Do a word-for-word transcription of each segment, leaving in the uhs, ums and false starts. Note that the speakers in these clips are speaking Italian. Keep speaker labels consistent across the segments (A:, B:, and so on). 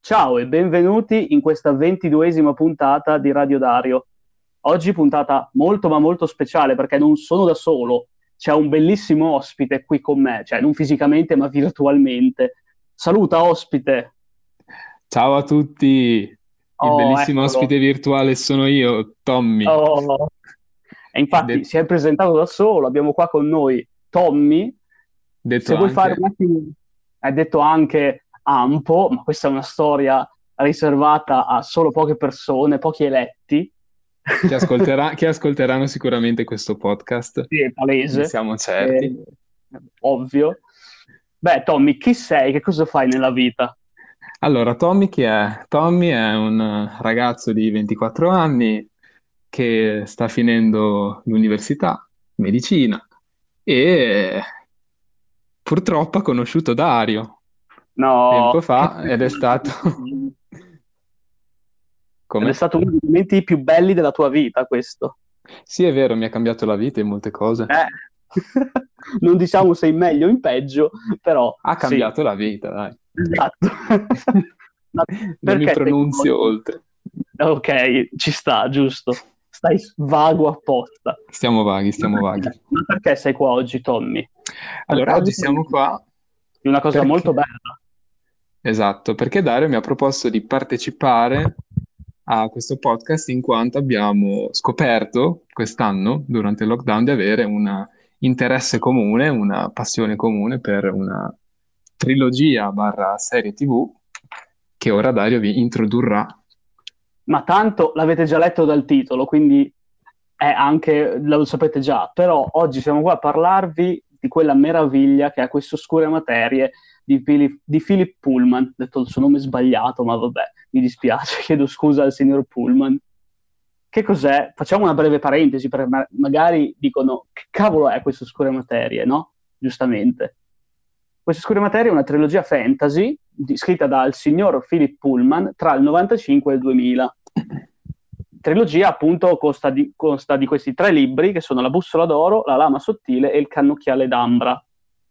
A: Ciao e benvenuti in questa ventiduesima puntata di Radio Dario. Oggi puntata molto ma molto speciale perché non sono da solo, c'è un bellissimo ospite qui con me, cioè non fisicamente ma virtualmente. Saluta ospite!
B: Ciao a tutti, il
A: Oh,
B: bellissimo
A: eccolo!
B: ospite virtuale sono io, Tommy.
A: Oh. E infatti
B: Det-
A: si è presentato da solo, abbiamo qua con noi Tommy.
B: detto
A: Se vuoi fare un
B: anche,
A: attimo, hai detto anche Ampo, ma questa è una storia riservata a solo poche persone, pochi eletti.
B: che ascolterà- che ascolteranno sicuramente questo podcast,
A: Sì, è
B: ne
A: palese,
B: siamo certi.
A: è ovvio. Beh, Tommy, chi sei? Che cosa fai nella vita?
B: Allora, Tommy chi è? Tommy è un eh, ragazzo di ventiquattro anni che sta finendo l'università, medicina, e purtroppo ha conosciuto Dario
A: No,
B: tempo
A: che
B: fa ed è stato...
A: ed è
B: Come?
A: stato uno dei momenti più belli della tua vita, questo.
B: Sì, è vero, mi ha cambiato la vita in molte cose.
A: Eh, non diciamo se in meglio o in peggio, però
B: Ha
A: sì,
B: cambiato la vita, dai.
A: esatto. Ma
B: Non mi
A: perché sei
B: pronunzio
A: coinvolto?
B: oltre.
A: Ok, ci sta, giusto. Stai vago apposta.
B: Stiamo vaghi,
A: Ma
B: stiamo vaghi.
A: perché, ma perché sei qua oggi, Tommy? Perché
B: Allora,
A: oggi
B: oggi
A: parliamo
B: siamo qua
A: di una cosa molto
B: perché,
A: bella.
B: esatto, perché Dario mi ha proposto di partecipare a questo podcast in quanto abbiamo scoperto quest'anno, durante il lockdown, di avere un interesse comune, una passione comune per una trilogia barra serie T V che ora Dario vi introdurrà.
A: Ma tanto l'avete già letto dal titolo, quindi è anche, lo sapete già, però oggi siamo qua a parlarvi di quella meraviglia che è queste oscure materie di, Philip, di Philip Pullman. Ho detto il suo nome sbagliato, ma vabbè, mi dispiace, chiedo scusa al signor Pullman. Che cos'è? Facciamo una breve parentesi, perché ma- magari dicono che cavolo è queste oscure materie, no? Giustamente. Queste oscure materie è una trilogia fantasy di- scritta dal signor Philip Pullman tra il novantacinque e il duemila. Trilogia appunto consta di, consta di questi tre libri che sono La bussola d'oro, La lama sottile e Il cannocchiale d'ambra.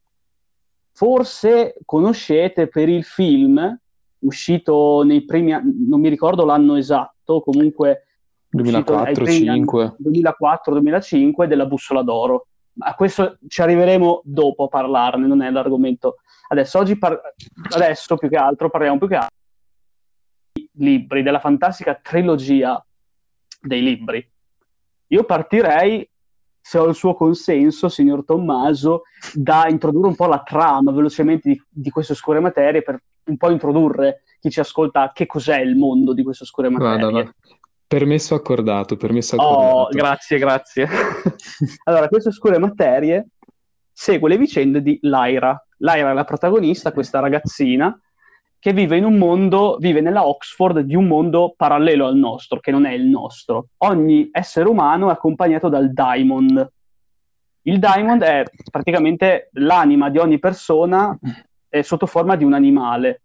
A: Forse conoscete per il film uscito nei primi anni, non mi ricordo l'anno esatto, comunque uscito ai primi anni
B: duemilaquattro-cinque.
A: duemilaquattro duemilacinque della bussola d'oro. Ma questo ci arriveremo dopo a parlarne, non è l'argomento. Adesso, oggi par- adesso più che altro parliamo più che altro di libri, della fantastica trilogia dei libri. Io partirei, se ho il suo consenso, signor Tommaso, da introdurre un po' la trama velocemente di, di queste oscure materie per un po' introdurre chi ci ascolta a che cos'è il mondo di queste oscure
B: Vada, va.
A: materie.
B: Permesso accordato, permesso
A: Oh,
B: accordato.
A: grazie, grazie. Allora, queste oscure materie segue le vicende di Lyra. Lyra è la protagonista, questa ragazzina che vive in un mondo, vive nella Oxford di un mondo parallelo al nostro, che non è il nostro. Ogni essere umano è accompagnato dal Daimon. Il Daimon è praticamente l'anima di ogni persona eh, sotto forma di un animale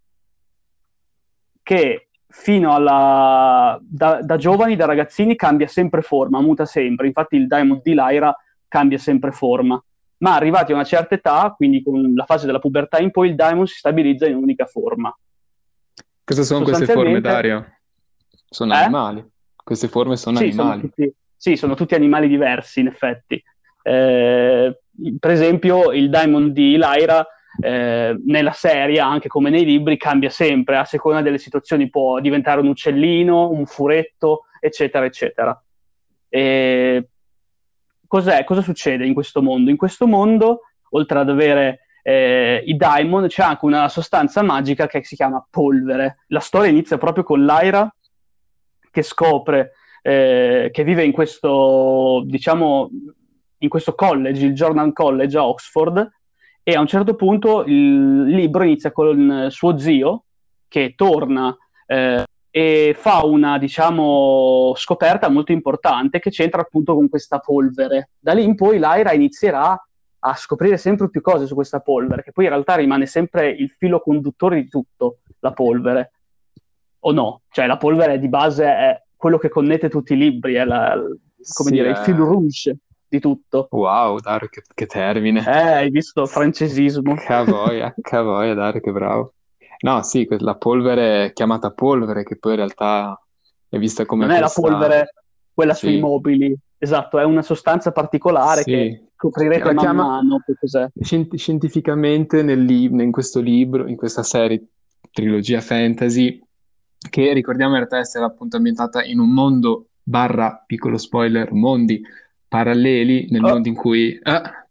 A: che fino alla da, da giovani, da ragazzini cambia sempre forma, muta sempre. Infatti il Diamond di Lyra cambia sempre forma. Ma arrivati a una certa età, quindi con la fase della pubertà in poi, il Diamond si stabilizza in un'unica forma.
B: Cosa sono queste forme,
A: Sostanzialmente,
B: Dario? Sono
A: eh?
B: animali. Queste forme sono
A: Sì, sono
B: animali.
A: tutti, sì, sono tutti animali diversi, in effetti. Eh, per esempio, il Diamond di Lyra eh, nella serie, anche come nei libri, cambia sempre a seconda delle situazioni. Può diventare un uccellino, un furetto, eccetera, eccetera. E cos'è? Cosa succede in questo mondo? In questo mondo, oltre ad avere eh, i Daimon, c'è anche una sostanza magica che si chiama polvere. La storia inizia proprio con Lyra che scopre eh, che vive in questo, diciamo, in questo college, il Jordan College a Oxford, e a un certo punto il libro inizia con suo zio che torna eh, e fa una, diciamo, scoperta molto importante che c'entra appunto con questa polvere. Da lì in poi Lyra inizierà a scoprire sempre più cose su questa polvere, che poi in realtà rimane sempre il filo conduttore di tutto, la polvere. O no? Cioè la polvere di base è quello che connette tutti i libri, è la, come
B: Sì,
A: dire, il fil
B: è...
A: rouge di tutto.
B: Wow, Dario, che, che
A: Eh,
B: termine.
A: hai visto francesismo?
B: Cavoia, cavoia, Dario, che bravo. No, sì, que- la polvere è chiamata polvere, che poi in realtà è vista come
A: Non è la
B: questa...
A: polvere, quella sui
B: Sì,
A: mobili, esatto, è una sostanza particolare che
B: sì.
A: scoprirete
B: La
A: man
B: chiama
A: mano che cos'è.
B: scien- scientificamente nel li- in questo libro, in questa serie, trilogia fantasy, che ricordiamo in realtà essere appunto ambientata in un mondo barra, piccolo spoiler, mondi paralleli, nel
A: Oh.
B: mondo in cui... ah,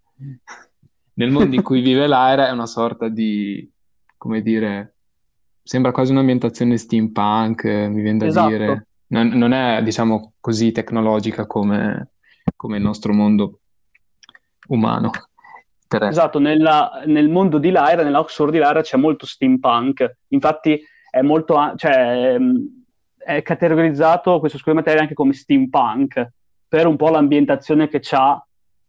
B: nel mondo in cui vive Lyra è una sorta di, come dire, sembra quasi un'ambientazione steampunk, eh, mi viene da
A: Esatto,
B: dire. Non, non è, diciamo, così tecnologica come, come il nostro mondo umano terrestre.
A: esatto, nella- nel mondo di Lyra, nell'Oxford di Lyra c'è molto steampunk, infatti è molto, a- cioè, ehm, è categorizzato questo scuro di materia anche come steampunk, per un po' l'ambientazione che c'ha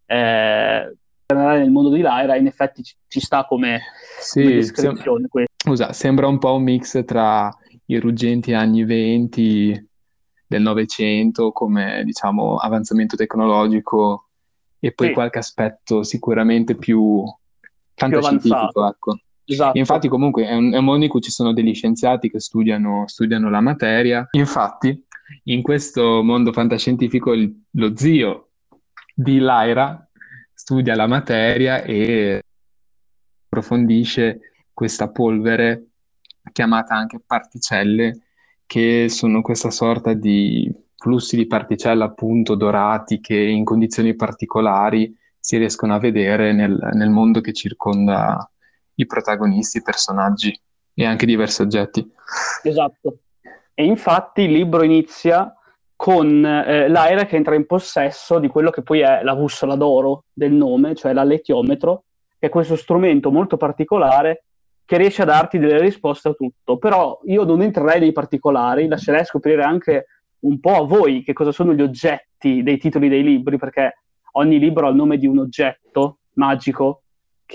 A: eh, nel mondo di Lyra, in effetti ci, ci sta come, come
B: Sì, sem-
A: descrizione questo.
B: scusa, sembra un po' un mix tra i ruggenti anni venti del Novecento come, diciamo, avanzamento tecnologico e poi
A: Sì,
B: qualche aspetto sicuramente più
A: più
B: fantascientifico,
A: avanzato,
B: ecco. Infatti,
A: esatto.
B: comunque, è un, è un mondo in cui ci sono degli scienziati che studiano, studiano la materia. Infatti, in questo mondo fantascientifico, il- lo zio di Lyra studia la materia e approfondisce questa polvere chiamata anche particelle, che sono questa sorta di flussi di particelle appunto dorati che in condizioni particolari si riescono a vedere nel, nel mondo che circonda i protagonisti, i personaggi e anche diversi oggetti.
A: Esatto. E infatti il libro inizia con eh, Lyra che entra in possesso di quello che poi è la bussola d'oro del nome, cioè l'alletiometro, che è questo strumento molto particolare che riesce a darti delle risposte a tutto. Però io non entrerei nei particolari, lascerei scoprire anche un po' a voi che cosa sono gli oggetti dei titoli dei libri, perché ogni libro ha il nome di un oggetto magico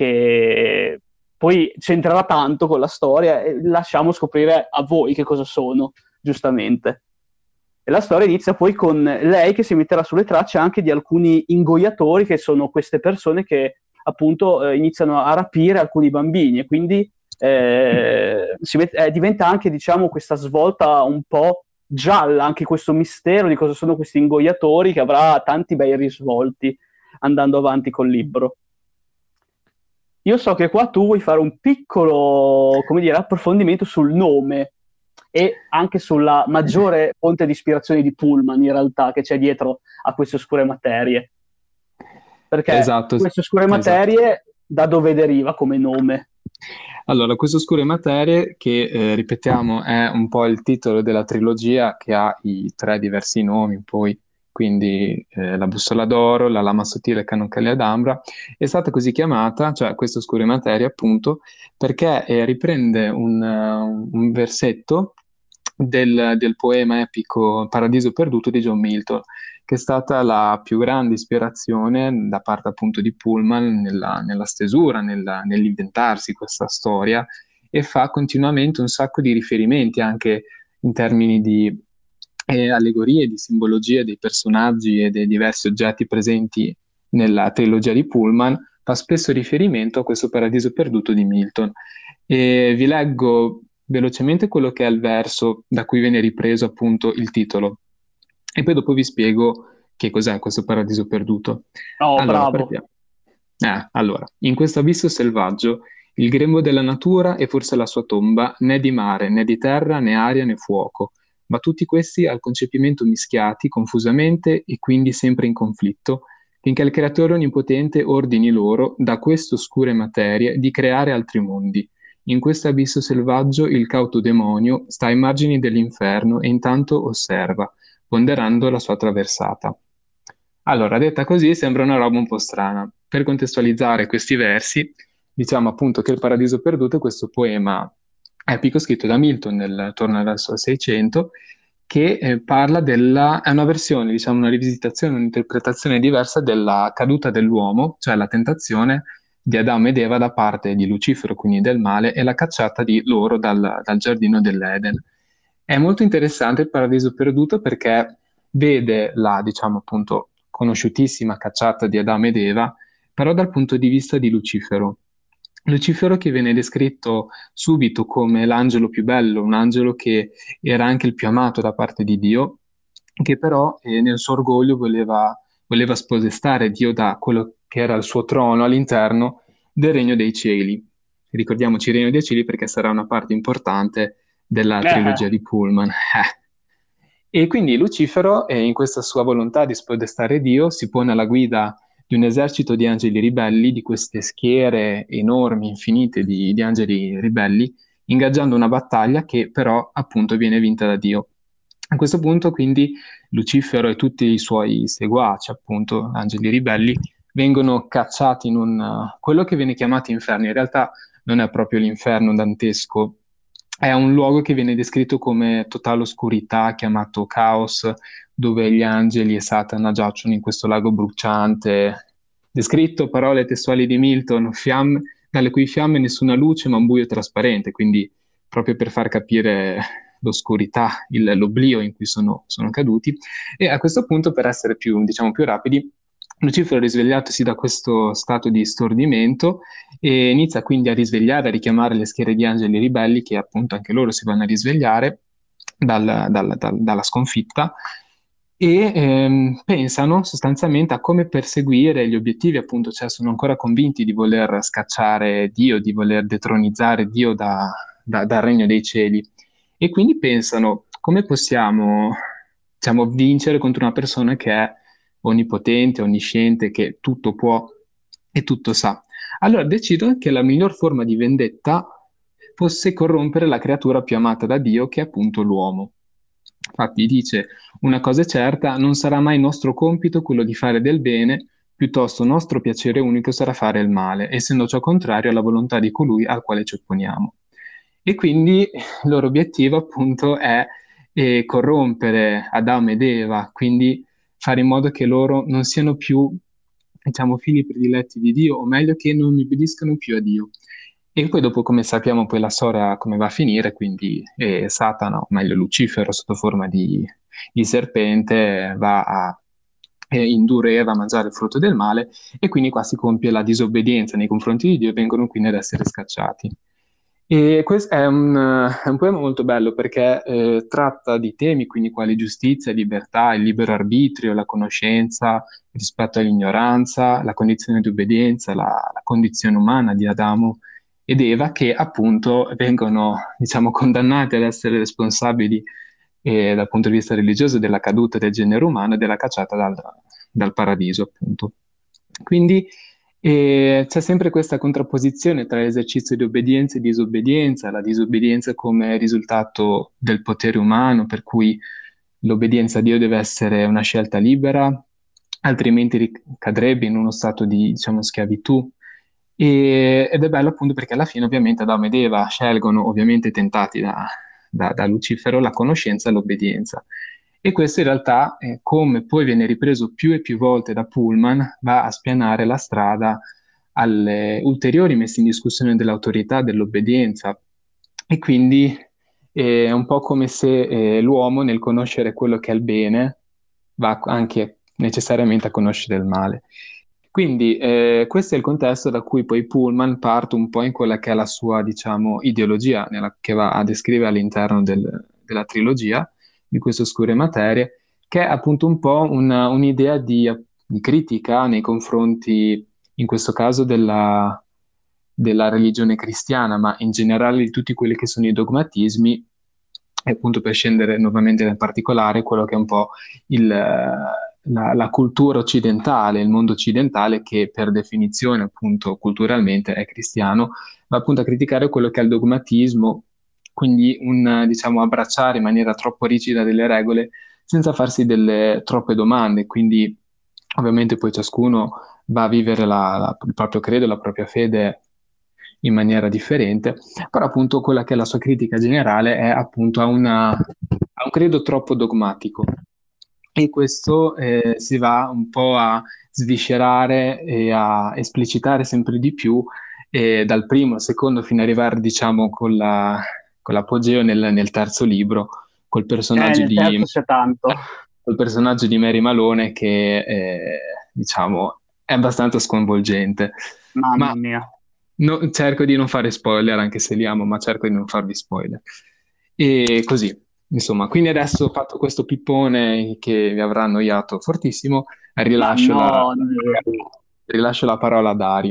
A: che poi c'entrerà tanto con la storia e lasciamo scoprire a voi che cosa sono, giustamente. E la storia inizia poi con lei che si metterà sulle tracce anche di alcuni ingoiatori, che sono queste persone che appunto eh, iniziano a rapire alcuni bambini e quindi eh, si met- eh, diventa anche, diciamo, questa svolta un po' gialla, anche questo mistero di cosa sono questi ingoiatori che avrà tanti bei risvolti andando avanti col libro. Io so che qua tu vuoi fare un piccolo, come dire, approfondimento sul nome e anche sulla maggiore fonte di ispirazione di Pullman, in realtà, che c'è dietro a queste oscure materie. Perché
B: Esatto,
A: queste oscure
B: esatto.
A: materie da dove deriva come nome?
B: Allora, Queste oscure materie, che eh, ripetiamo è un po' il titolo della trilogia che ha i tre diversi nomi, poi quindi eh, la bussola d'oro, la lama sottile e Canon d'ambra, è stata così chiamata, cioè queste oscure materie appunto, perché eh, riprende un, uh, un versetto del, del poema epico Paradiso perduto di John Milton, che è stata la più grande ispirazione da parte appunto di Pullman nella, nella stesura, nella- nell'inventarsi questa storia e fa continuamente un sacco di riferimenti anche in termini di eh, allegorie, di simbologie dei personaggi e dei diversi oggetti presenti nella trilogia di Pullman, fa spesso riferimento a questo paradiso perduto di Milton. E vi leggo velocemente quello che è il verso da cui viene ripreso appunto il titolo. E poi dopo vi spiego che cos'è questo paradiso perduto.
A: Oh,
B: Allora,
A: bravo.
B: partiamo. Eh, allora, in questo abisso selvaggio, il grembo della natura è forse la sua tomba, né di mare, né di terra, né aria, né fuoco, ma tutti questi al concepimento mischiati confusamente e quindi sempre in conflitto, finché il creatore onnipotente ordini loro, da queste oscure materie, di creare altri mondi. In questo abisso selvaggio il cauto demonio sta ai margini dell'inferno e intanto osserva, ponderando la sua traversata. Allora, detta così sembra una roba un po' strana. Per contestualizzare questi versi, diciamo appunto che Il Paradiso Perduto è questo poema epico scritto da Milton nel, attorno al verso seicento, che eh, parla della, è una versione, diciamo una rivisitazione, un'interpretazione diversa della caduta dell'uomo, cioè la tentazione di Adamo ed Eva da parte di Lucifero, quindi del male, e la cacciata di loro dal, dal giardino dell'Eden. È molto interessante Il Paradiso Perduto perché vede la, diciamo appunto, conosciutissima cacciata di Adamo ed Eva, però dal punto di vista di Lucifero. Lucifero che viene descritto subito come l'angelo più bello, un angelo che era anche il più amato da parte di Dio, che però eh, nel suo orgoglio voleva, voleva spodestare Dio da quello che era il suo trono all'interno del Regno dei Cieli. Ricordiamoci il Regno dei Cieli perché sarà una parte importante della
A: Eh,
B: trilogia di Pullman. E quindi Lucifero, eh, in questa sua volontà di spodestare Dio, si pone alla guida di un esercito di angeli ribelli, di queste schiere enormi, infinite di, di angeli ribelli, ingaggiando una battaglia che però appunto viene vinta da Dio. A questo punto quindi Lucifero e tutti i suoi seguaci, appunto, angeli ribelli, vengono cacciati in un, uh, quello che viene chiamato inferno. In realtà non è proprio l'inferno dantesco, è un luogo che viene descritto come totale oscurità, chiamato caos, dove gli angeli e Satana giacciono in questo lago bruciante. Descritto, parole testuali di Milton, fiamme, dalle cui fiamme nessuna luce ma un buio trasparente, quindi proprio per far capire l'oscurità, il- l'oblio in cui sono, sono caduti. E a questo punto, per essere più, diciamo, più rapidi, Lucifero, risvegliatosi da questo stato di stordimento, e inizia quindi a risvegliare, a richiamare le schiere di angeli ribelli, che appunto anche loro si vanno a risvegliare dal- dal- dal- dalla sconfitta, e ehm, pensano sostanzialmente a come perseguire gli obiettivi, appunto, cioè sono ancora convinti di voler scacciare Dio, di voler detronizzare Dio da- da- dal regno dei cieli. E quindi pensano come possiamo, diciamo, vincere contro una persona che è onnipotente, onnisciente, che tutto può e tutto sa. Allora decidono che la miglior forma di vendetta fosse corrompere la creatura più amata da Dio, che è appunto l'uomo. Infatti dice, una cosa è certa, non sarà mai nostro compito quello di fare del bene, piuttosto nostro piacere unico sarà fare il male, essendo ciò contrario alla volontà di colui al quale ci opponiamo. E quindi il loro obiettivo appunto è eh, corrompere Adamo ed Eva, quindi fare in modo che loro non siano più, diciamo, figli prediletti di Dio, o meglio che non obbediscano più a Dio. E poi dopo, come sappiamo, poi la storia come va a finire, quindi eh, Satana, o meglio Lucifero, sotto forma di, di serpente, va a eh, indurre Eva a mangiare il frutto del male, e quindi qua si compie la disobbedienza nei confronti di Dio e vengono quindi ad essere scacciati. E questo è un, è un poema molto bello perché eh, tratta di temi quindi quali giustizia, libertà, il libero arbitrio, la conoscenza rispetto all'ignoranza, la condizione di obbedienza, la, la condizione umana di Adamo ed Eva, che appunto vengono, diciamo, condannati ad essere responsabili eh, dal punto di vista religioso della caduta del genere umano e della cacciata dal, dal paradiso, appunto. Quindi e c'è sempre questa contrapposizione tra l'esercizio di obbedienza e disobbedienza, la disobbedienza come risultato del potere umano, per cui l'obbedienza a Dio deve essere una scelta libera, altrimenti ricadrebbe in uno stato di, diciamo, schiavitù. E- ed è bello appunto perché alla fine ovviamente Adamo ed Eva scelgono, ovviamente tentati da, da- da Lucifero, la conoscenza e l'obbedienza. E questo in realtà, eh, come poi viene ripreso più e più volte da Pullman, va a spianare la strada alle ulteriori messe in discussione dell'autorità, dell'obbedienza. E quindi eh, è un po' come se eh, l'uomo, nel conoscere quello che è il bene, va anche necessariamente a conoscere il male. Quindi eh, questo è il contesto da cui poi Pullman parte un po' in quella che è la sua, diciamo, ideologia, nella- che va a descrivere all'interno del- della trilogia di queste oscure materie, che è appunto un po' una- un'idea di, di critica nei confronti, in questo caso, della, della religione cristiana, ma in generale di tutti quelli che sono i dogmatismi, e appunto per scendere nuovamente nel particolare, quello che è un po' il, la, la cultura occidentale, il mondo occidentale che per definizione appunto culturalmente è cristiano, va appunto a criticare quello che è il dogmatismo, quindi un, diciamo, abbracciare in maniera troppo rigida delle regole senza farsi delle troppe domande, quindi ovviamente poi ciascuno va a vivere la- la- il proprio credo, la propria fede in maniera differente, però appunto quella che è la sua critica generale è appunto a, una, a un credo troppo dogmatico, e questo eh, si va un po' a sviscerare e a esplicitare sempre di più eh, dal primo al secondo fino ad arrivare, diciamo, con la, con l'apogeo nel, nel terzo libro, col
A: eh,
B: personaggio
A: nel
B: di,
A: terzo c'è tanto.
B: col personaggio di Mary Malone che, eh, diciamo, è abbastanza sconvolgente. Ma
A: Mamma mia.
B: No, cerco di non fare spoiler, anche se li amo, ma cerco di non farvi spoiler. E così, insomma, quindi adesso ho fatto questo pippone che vi avrà annoiato fortissimo,
A: Ma
B: rilascio la,
A: no, eh,
B: rilascio la parola a Dario.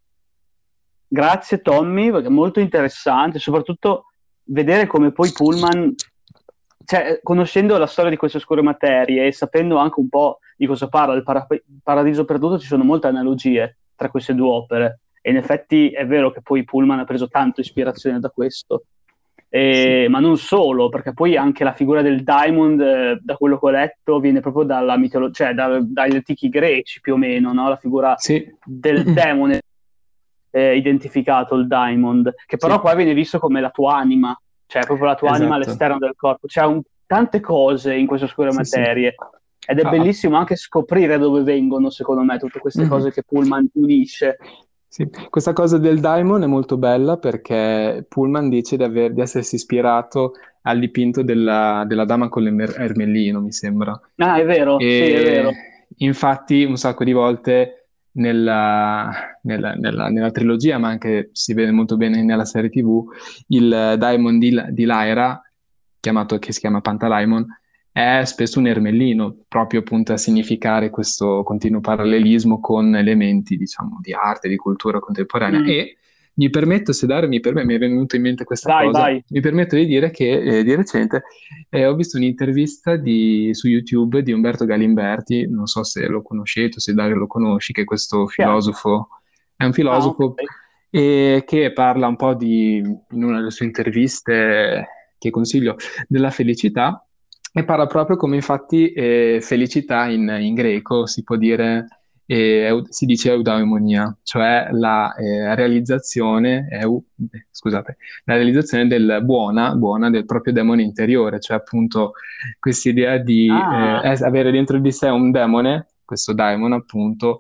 A: grazie Tommy, perché è molto interessante, soprattutto vedere come poi Pullman, cioè, conoscendo la storia di queste oscure materie e sapendo anche un po' di cosa parla il Para- Paradiso Perduto, ci sono molte analogie tra queste due opere. E in effetti è vero che poi Pullman ha preso tanto ispirazione da questo.
B: Sì,
A: E, ma non solo, perché poi anche la figura del Diamond, eh, da quello che ho letto, viene proprio dalla mitologia, cioè da- dagli antichi greci più o meno, no? La figura
B: sì,
A: del demone eh, identificato, il Diamond, che però
B: sì,
A: qua viene visto come la tua anima, cioè proprio la tua anima
B: esatto.
A: all'esterno del corpo. C'è un- tante cose in queste oscure
B: Sì, sì.
A: materie ed è
B: Ah, ah,
A: bellissimo anche scoprire dove vengono, secondo me, tutte queste
B: mhm.
A: cose che Pullman unisce.
B: Sì, questa cosa del Daimon è molto bella perché Pullman dice di, aver- di essersi ispirato al dipinto della, della dama con l'ermellino, mi sembra.
A: Ah, è vero, sì, è
B: E
A: vero.
B: infatti un sacco di volte nella, nella- nella- nella trilogia, ma anche si vede molto bene nella serie T V, il Daimon di, di Lyra, chiamato, che si chiama Pantalaimon, è spesso un ermellino, proprio appunto a significare questo continuo parallelismo con elementi, diciamo, di arte, di cultura contemporanea.
A: Mm.
B: E mi permetto, se dare, mi, perm- mi è venuto in mente questa
A: Vai,
B: cosa,
A: vai.
B: mi permetto di dire che eh, di recente eh, ho visto un'intervista di- su YouTube di Umberto Galimberti, non so se lo conoscete o se Dario lo conosci, che è questo
A: Chi è?
B: filosofo, è un
A: Ah, ok.
B: filosofo e che parla un po' di, in una delle sue interviste che consiglio, della felicità e parla proprio come infatti eh, felicità in, in greco si può dire, eh, eu- si dice eudaimonia, cioè la eh, realizzazione, eu- eh, scusate, la realizzazione del buona, buona del proprio demone interiore, cioè appunto questa idea di eh,
A: Ah,
B: es- avere dentro di sé un demone, questo daimon appunto,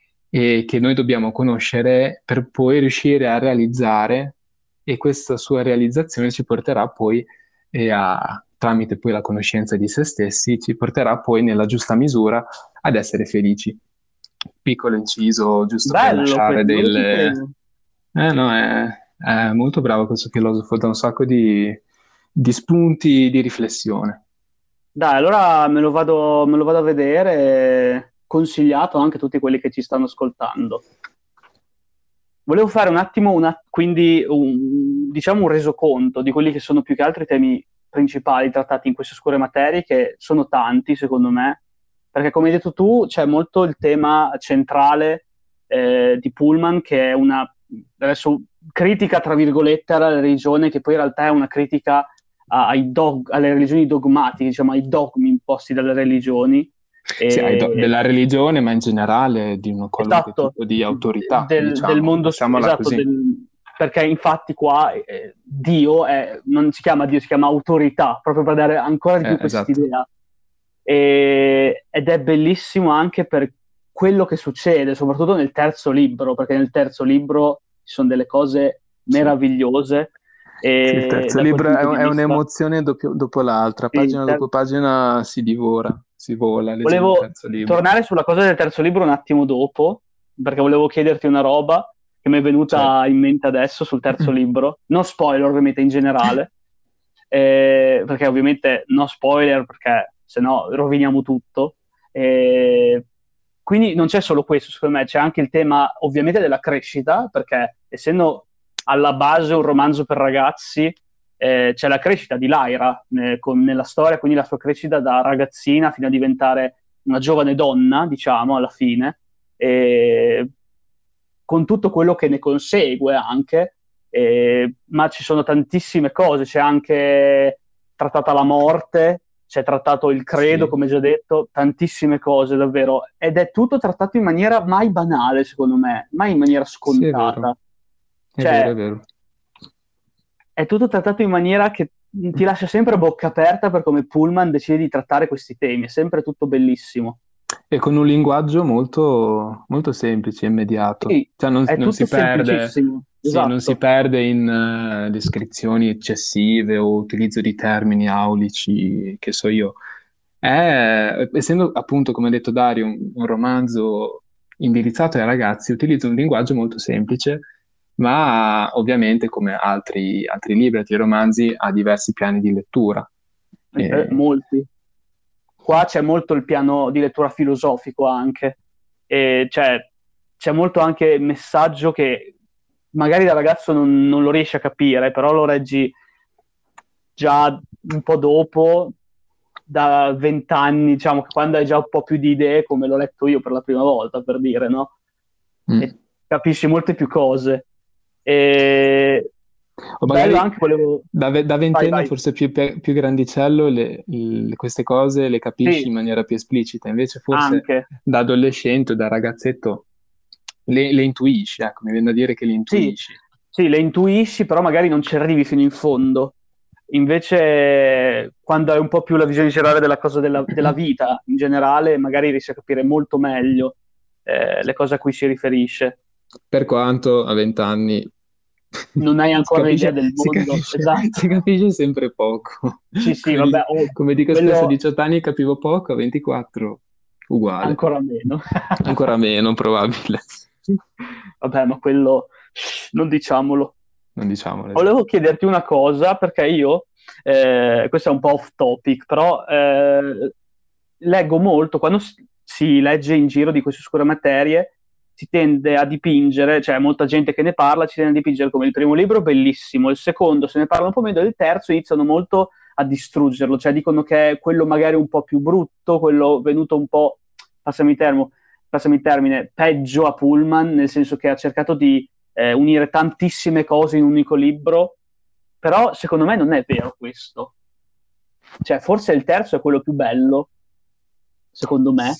B: e che noi dobbiamo conoscere per poi riuscire a realizzare e questa sua realizzazione ci porterà poi e a, tramite poi la conoscenza di se stessi, ci porterà poi nella giusta misura ad essere felici. Piccolo inciso, giusto per
A: bello
B: lasciare
A: questo, non lo
B: del...
A: sapevo.
B: Eh no, è, è molto bravo questo filosofo, dà un sacco di, di spunti di riflessione.
A: Dai, allora me lo vado, me lo vado a vedere, consigliato anche a tutti quelli che ci stanno ascoltando. Volevo fare un attimo una, quindi un, diciamo un resoconto di quelli che sono più che altro i temi principali trattati in queste oscure materie, che sono tanti secondo me, perché come hai detto tu c'è molto il tema centrale eh, di Pullman, che è una adesso, critica tra virgolette alla religione, che poi in realtà è una critica a- ai dog- alle religioni dogmatiche, diciamo ai dogmi imposti dalle religioni.
B: Sì, hai do-
A: E,
B: della religione, ma in generale di un qualunque
A: Esatto,
B: tipo di autorità,
A: del, del
B: diciamo,
A: mondo,
B: passiamola
A: esatto,
B: così.
A: del- perché infatti qua eh, Dio è- non si chiama Dio, si chiama autorità, proprio per dare ancora di
B: Eh,
A: più
B: esatto.
A: quest'idea. E- ed è bellissimo anche per quello che succede, soprattutto nel terzo libro, perché nel terzo libro ci sono delle cose
B: Sì.
A: meravigliose
B: Sì, il
A: e
B: terzo
A: da quel
B: libro
A: punto
B: è,
A: di
B: è
A: vista.
B: un'emozione doppio- dopo l'altra,
A: Sì, il
B: pagina
A: ter-
B: dopo pagina si divora, si vola leggendo il
A: Volevo
B: terzo libro.
A: tornare sulla cosa del terzo libro un attimo dopo, perché volevo chiederti una roba che mi è
B: Cioè,
A: venuta in mente adesso sul terzo libro. Non spoiler, ovviamente, in generale, eh, perché ovviamente no spoiler, perché se no roviniamo tutto. Eh, quindi non c'è solo questo, secondo me, c'è anche il tema ovviamente della crescita, perché essendo alla base un romanzo per ragazzi, eh, c'è la crescita di Lyra eh, con- nella storia, quindi la sua crescita da ragazzina fino a diventare una giovane donna, diciamo, alla fine, e con tutto quello che ne consegue anche, eh, ma ci sono tantissime cose, c'è anche trattata la morte, c'è trattato il credo,
B: sì,
A: come già detto, tantissime cose davvero, ed è tutto trattato in maniera mai banale, secondo me, mai in maniera
B: sì, è vero,
A: scontata.
B: è vero,
A: Cioè,
B: è vero.
A: è tutto trattato in maniera che ti lascia sempre a bocca aperta per come Pullman decide di trattare questi temi, è sempre tutto bellissimo.
B: E con un linguaggio molto, molto semplice, immediato.
A: Sì,
B: Cioè non,
A: è
B: non
A: tutto
B: si perde,
A: semplicissimo,
B: sì, non si
A: esatto.
B: perde in eh, descrizioni eccessive o utilizzo di termini aulici, che so io. È, essendo appunto, come ha detto Dario, un, un romanzo indirizzato ai ragazzi, utilizza un linguaggio molto semplice ma ovviamente come altri, altri libri, altri romanzi, ha diversi piani di lettura.
A: Eh,
B: E-
A: molti. Qua c'è molto il piano di lettura filosofico anche, e cioè c'è molto anche messaggio che magari da ragazzo non, non lo riesci a capire, però lo reggi già un po' dopo, da vent'anni, diciamo, che quando hai già un po' più di idee, come l'ho letto io per la prima volta, per dire, no? E
B: mm.
A: capisci molte più cose. E
B: O
A: bello
B: magari
A: anche, volevo...
B: da, ve- da
A: Vai,
B: ventenne,
A: vai.
B: forse più, pe- più grandicello, le- le- queste cose le capisci in
A: Sì,
B: maniera più esplicita, invece forse
A: anche.
B: da adolescente o da ragazzetto le, le intuisci, ecco, mi viene da dire che le
A: Sì,
B: intuisci.
A: sì, le intuisci, però magari non ci arrivi fino in fondo. Invece, quando hai un po' più la visione generale della cosa della, della vita in generale, magari riesci a capire molto meglio eh, le cose a cui si riferisce.
B: Per quanto a vent'anni
A: Non hai
B: si
A: ancora idea
B: capisce,
A: del
B: si
A: mondo,
B: capisce,
A: esatto.
B: si capisce sempre poco.
A: Sì, sì,
B: Come,
A: vabbè,
B: di-
A: oh,
B: come dico spesso, a
A: quello
B: diciotto anni capivo poco, a ventiquattro uguale,
A: ancora meno.
B: ancora meno probabile,
A: Vabbè, ma quello non diciamolo.
B: non diciamolo esatto.
A: Volevo chiederti una cosa, perché io, eh, questo è un po' off topic, però eh, leggo molto, quando si, si legge in giro di queste oscure materie, si tende a dipingere, cioè molta gente che ne parla, ci tende a dipingere come il primo libro bellissimo, il secondo se ne parla un po' meno, del terzo iniziano molto a distruggerlo, cioè dicono che è quello magari un po' più brutto, quello venuto un po', passami il termine, passami il termine, peggio a Pullman, nel senso che ha cercato di eh, unire tantissime cose in un unico libro, però secondo me non è vero questo. Cioè, forse il terzo è quello più bello, secondo me.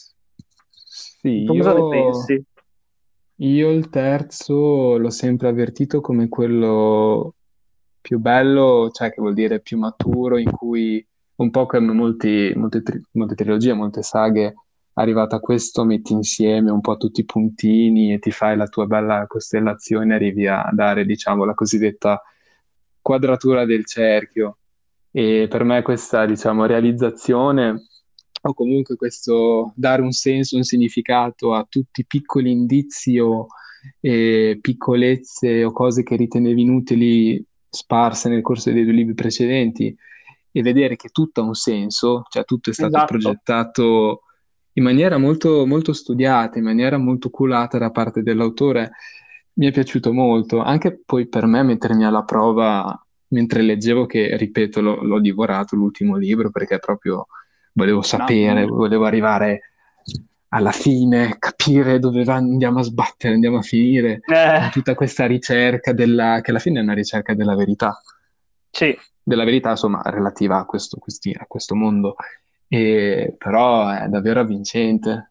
B: Sì,
A: Tu cosa ne
B: io,
A: pensi?
B: io il terzo l'ho sempre avvertito come quello più bello, cioè che vuol dire più maturo, in cui un po' come molti, molte, tri- molte trilogie, molte saghe, arrivata a questo metti insieme un po' tutti i puntini e ti fai la tua bella costellazione, arrivi a dare, diciamo, la cosiddetta quadratura del cerchio. E per me questa, diciamo, realizzazione o comunque questo dare un senso, un significato a tutti i piccoli indizi o eh, piccolezze o cose che ritenevi inutili sparse nel corso dei due libri precedenti e vedere che tutto ha un senso, cioè tutto è stato
A: Esatto.
B: progettato in maniera molto, molto studiata, in maniera molto culata da parte dell'autore, mi è piaciuto molto. Anche poi per me mettermi alla prova mentre leggevo, che ripeto, l'ho l'ho divorato l'ultimo libro perché proprio volevo
A: Mamma
B: sapere,
A: mia.
B: volevo arrivare alla fine, capire dove va- andiamo a sbattere, andiamo a finire,
A: Eh,
B: con tutta questa ricerca della, che alla fine è una ricerca della verità,
A: sì,
B: della verità, insomma, relativa a questo, questi- a questo mondo. E, però è davvero avvincente.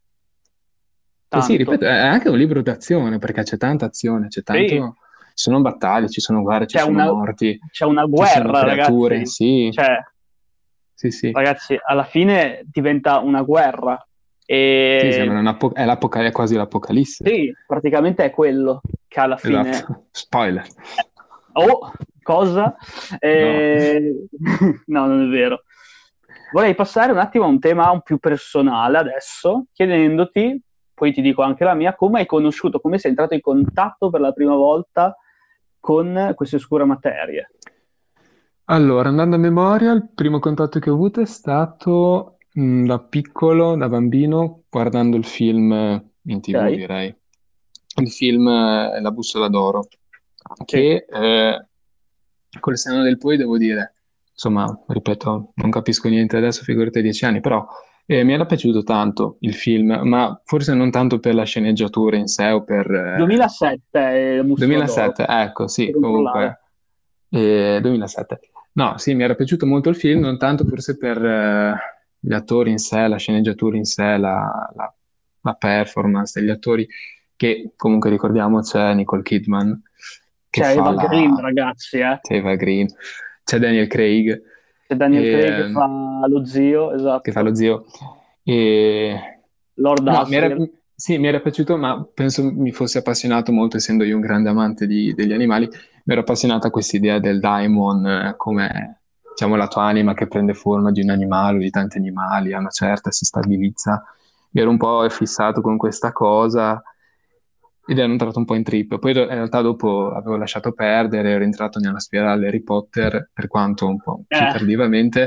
B: E sì, ripeto,
A: tanto.
B: è anche un libro d'azione perché c'è tanta azione, c'è
A: Sì,
B: tanto, ci sono battaglie, ci sono guerre, ci
A: c'è
B: sono
A: una,
B: morti,
A: c'è una
B: ci sono
A: guerra,
B: creature,
A: ragazzi.
B: sì,
A: Cioè,
B: sì, sì.
A: ragazzi, alla fine diventa una guerra.
B: Sì, sembra
A: E
B: un'apo- è, l'apocalisse, è quasi l'apocalisse.
A: sì, praticamente è quello che alla fine...
B: Esatto. Spoiler.
A: Oh, cosa?
B: No.
A: Eh, No, non è vero. Vorrei passare un attimo a un tema un più personale adesso, chiedendoti, poi ti dico anche la mia, come hai conosciuto, come sei entrato in contatto per la prima volta con queste oscure materie.
B: Allora, andando a memoria, il primo contatto che ho avuto è stato mh, da piccolo, da bambino, guardando il film eh, in T V,
A: Ok?
B: direi. Il film eh, La bussola d'oro,
A: Sì.
B: che eh, col senno del poi devo dire, insomma, ripeto, non capisco niente adesso, figurati dieci anni, però eh, mi era piaciuto tanto il film, ma forse non tanto per la sceneggiatura in sé o per... eh,
A: duemilasette è la bussola d'oro,
B: duemilasette, ecco, sì,
A: per controllare.
B: comunque, eh, duemilasette. No, sì, mi era piaciuto molto il film, non tanto forse per eh, gli attori in sé, la sceneggiatura in sé, la, la- la performance degli attori, che comunque ricordiamo c'è Nicole Kidman che
A: C'è
B: fa
A: Eva Green,
B: la
A: ragazzi, eh.
B: c'è Eva Green, c'è Daniel Craig
A: C'è Daniel
B: e,
A: Craig che
B: ehm,
A: fa lo zio,
B: che fa lo
A: esatto.
B: zio. E...
A: Lord
B: No, mi era,
A: Asriel.
B: sì, mi era piaciuto, ma penso mi fosse appassionato molto, essendo io un grande amante di- degli animali, mi ero appassionato a quest'idea del daimon eh, come, diciamo, la tua anima che prende forma di un animale o di tanti animali, a una certa si stabilizza. Mi ero un po' fissato con questa cosa ed ero entrato un po' in trip. Poi in realtà dopo avevo lasciato perdere, ero entrato nella spirale Harry Potter, per quanto un po' più
A: Eh,
B: tardivamente.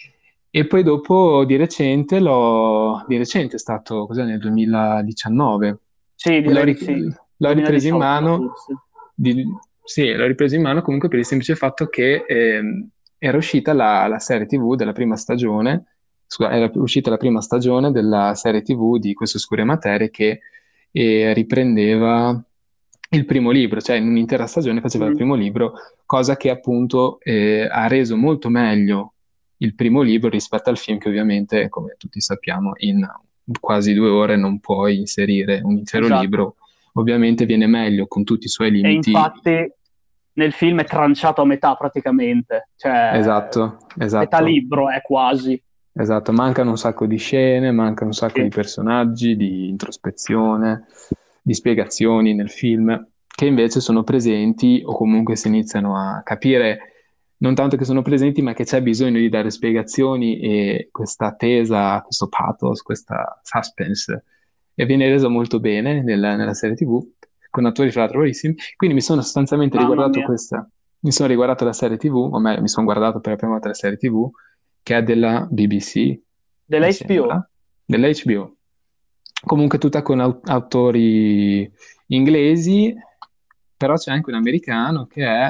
B: E poi dopo di recente l'ho... di recente è stato, cos'è, nel duemiladiciannove.
A: sì,
B: L'ho
A: direi di
B: ri-
A: sì.
B: l'ho ripreso in
A: duemiladiciotto
B: mano,
A: forse.
B: di- sì, l'ho ripreso in mano comunque per il semplice fatto che ehm, era uscita la, la serie T V della prima stagione, scusa, era uscita la prima stagione della serie T V di Queste Oscure Materie che eh, riprendeva il primo libro, cioè in un'intera stagione faceva il
A: Mm,
B: primo libro, cosa che appunto eh, ha reso molto meglio il primo libro rispetto al film che ovviamente, come tutti sappiamo, in quasi due ore non puoi inserire un intero
A: esatto.
B: libro. Ovviamente viene meglio con tutti i suoi
A: E
B: limiti.
A: infatti nel film è tranciato a metà praticamente, cioè
B: Esatto,
A: metà
B: esatto,
A: libro è quasi.
B: esatto. Mancano un sacco di scene, mancano un sacco
A: Sì.
B: di personaggi, di introspezione, di spiegazioni nel film, che invece sono presenti o comunque si iniziano a capire non tanto che sono presenti, ma che c'è bisogno di dare spiegazioni e questa attesa, questo pathos, questa suspense, e viene reso molto bene nella, nella serie T V, con attori fra l'altro bravissimi. Quindi mi sono sostanzialmente
A: Mamma
B: riguardato
A: mia.
B: questa, mi sono riguardato la serie T V, o meglio, mi sono guardato per la prima volta la serie T V, che è della B B C, mi
A: Dell'H B O?
B: sembra, dell'H B O. Comunque tutta con au- autori inglesi, però c'è anche un americano che è,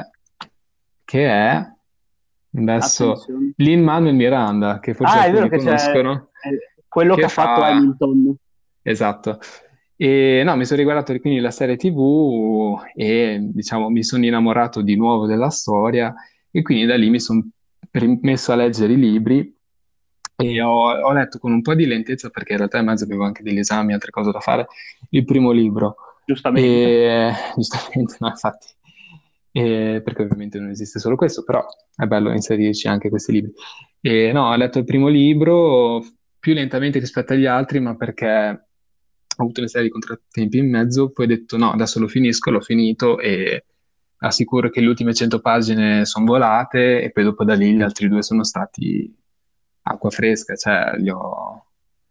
B: che è adesso
A: Attenzione.
B: Lin-Manuel Miranda, che forse
A: Ah, è vero
B: alcuni
A: che c'è
B: conoscono,
A: eh, quello che
B: che
A: ha fatto
B: fa...
A: Hamilton.
B: Esatto. E no, mi sono riguardato quindi la serie T V e diciamo mi sono innamorato di nuovo della storia e quindi da lì mi sono rimesso a leggere i libri e ho, ho letto con un po' di lentezza perché in realtà in mezzo avevo anche degli esami, altre cose da fare, il primo libro.
A: Giustamente.
B: E giustamente, no, infatti, e- perché ovviamente non esiste solo questo, però è bello inserirci anche questi libri. E no, ho letto il primo libro più lentamente rispetto agli altri, ma perché ho avuto una serie di contrattempi in mezzo, poi ho detto no, adesso lo finisco, l'ho finito e assicuro che le ultime cento pagine sono volate e poi dopo da lì gli altri due sono stati acqua fresca, cioè li ho